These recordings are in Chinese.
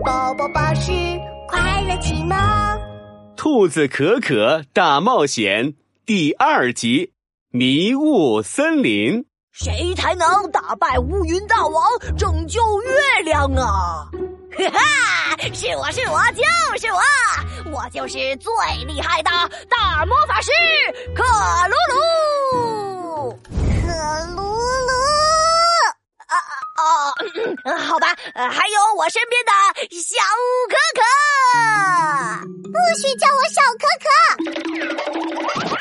宝宝巴士快乐启蒙。 兔子可可大冒险第2集，迷雾森林。 谁才能打败乌云大王，拯救月亮啊？哈哈，是我，就是我就是最厉害的大魔法师克鲁鲁。 克鲁鲁好吧，还有我身边的小可可。 不许叫我小可可。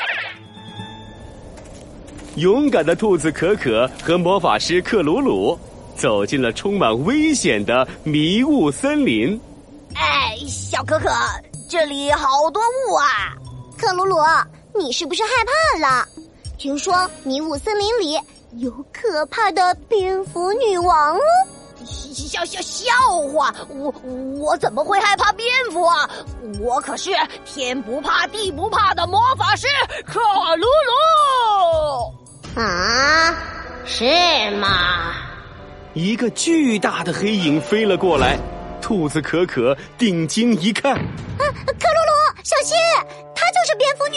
勇敢的兔子可可和魔法师克鲁鲁走进了充满危险的迷雾森林。 哎，小可可，这里好多雾啊！ 克鲁鲁，你是不是害怕了？听说迷雾森林里有可怕的蝙蝠女王哦。 笑话，我怎么会害怕蝙蝠啊？我可是天不怕地不怕的魔法师克鲁鲁。 啊，是吗？ 一个巨大的黑影飞了过来，兔子可可定睛一看， 克鲁鲁，小心，她就是蝙蝠女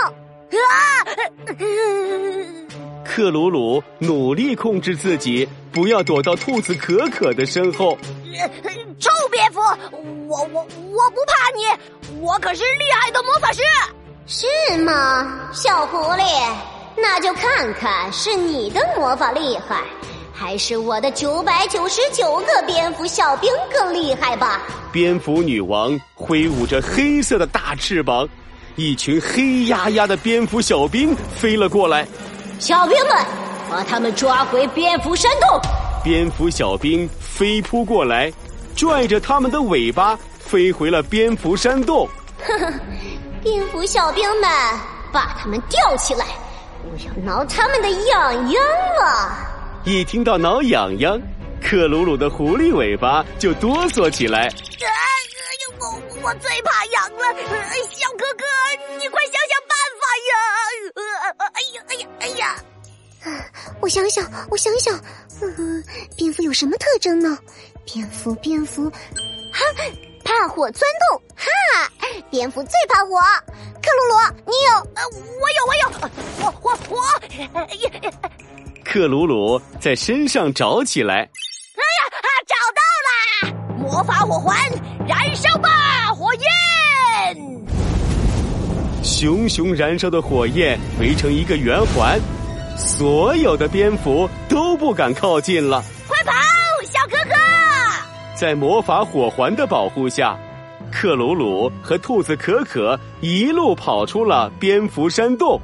王！ 克鲁鲁努力控制自己，不要躲到兔子可可的身后。 臭蝙蝠，我不怕你，我可是厉害的魔法师。 是吗，小狐狸？那就看看是你的魔法厉害，还是我的999个蝙蝠小兵更厉害吧。 蝙蝠女王挥舞着黑色的大翅膀，一群黑压压的蝙蝠小兵飞了过来。 小兵们，把他们抓回蝙蝠山洞。 蝙蝠小兵飞扑过来，拽着他们的尾巴飞回了蝙蝠山洞。 呵呵，蝙蝠小兵们，把他们吊起来，我要挠他们的痒痒啊！ 一听到挠痒痒，克鲁鲁的狐狸尾巴就哆嗦起来。 我最怕痒了，小哥哥，你快想想办法呀！哎呀！ 我想想，蝙蝠有什么特征呢？蝙蝠，哈，怕火钻洞，哈，蝙蝠最怕火。克鲁鲁，你有？ 我。 克鲁鲁在身上找起来。 哎呀，找到啦！魔法火环，燃烧吧，火焰！ 熊熊燃烧的火焰围成一个圆环，所有的蝙蝠都不敢靠近了。 快跑，小可可！ 在魔法火环的保护下，克鲁鲁和兔子可可一路跑出了蝙蝠山洞。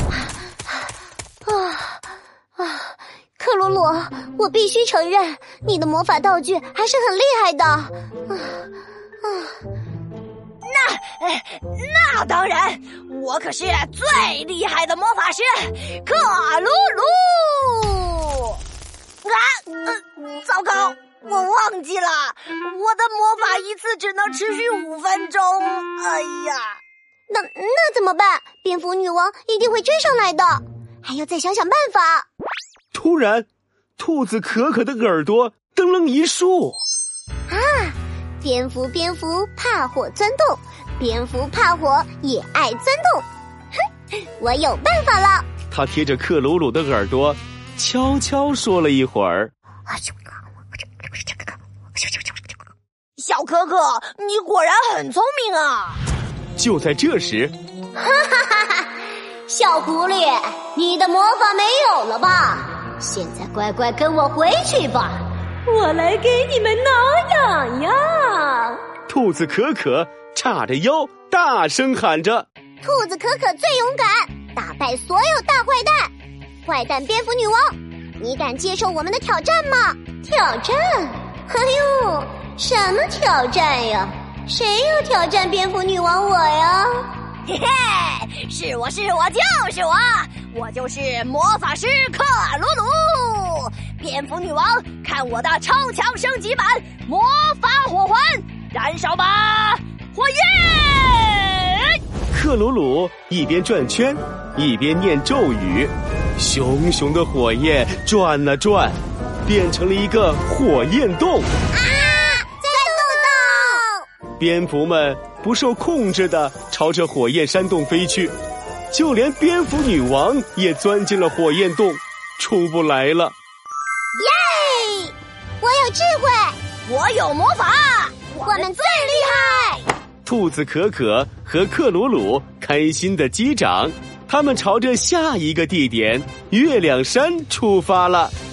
克鲁鲁，我必须承认，你的魔法道具还是很厉害的。 那当然，我可是最厉害的魔法师克鲁鲁。糟糕，我忘记了，我的魔法一次只能持续5分钟。哎呀， 那怎么办？蝙蝠女王一定会追上来的，还要再想想办法。 突然，兔子可可的耳朵噔楞一竖。 蝙蝠怕火钻洞，蝙蝠怕火也爱钻洞。哼，我有办法了。 他贴着克鲁鲁的耳朵悄悄说了一会儿。 小可可，你果然很聪明啊！ 就在这时， 小狐狸，你的魔法没有了吧？现在乖乖跟我回去吧，我来给你们挠痒痒。 兔子可可叉着腰大声喊着： 兔子可可最勇敢，打败所有大坏蛋！坏蛋蝙蝠女王，你敢接受我们的挑战吗？挑战？哎呦，什么挑战呀？谁要挑战蝙蝠女王我呀？ 嘿嘿，是我，就是我就是魔法师克鲁鲁。蝙蝠女王，看我的超强升级版魔法火环，燃烧吧，火焰！ 克鲁鲁一边转圈，一边念咒语，熊熊的火焰转啊转，变成了一个火焰洞。 在洞蝙蝠们不受控制地朝着火焰山洞飞去，就连蝙蝠女王也钻进了火焰洞，出不来了。 耶！我有智慧， 我有魔法， 我们最厉害！ 兔子可可和克鲁鲁开心地击掌，他们朝着下一个地点月亮山出发了。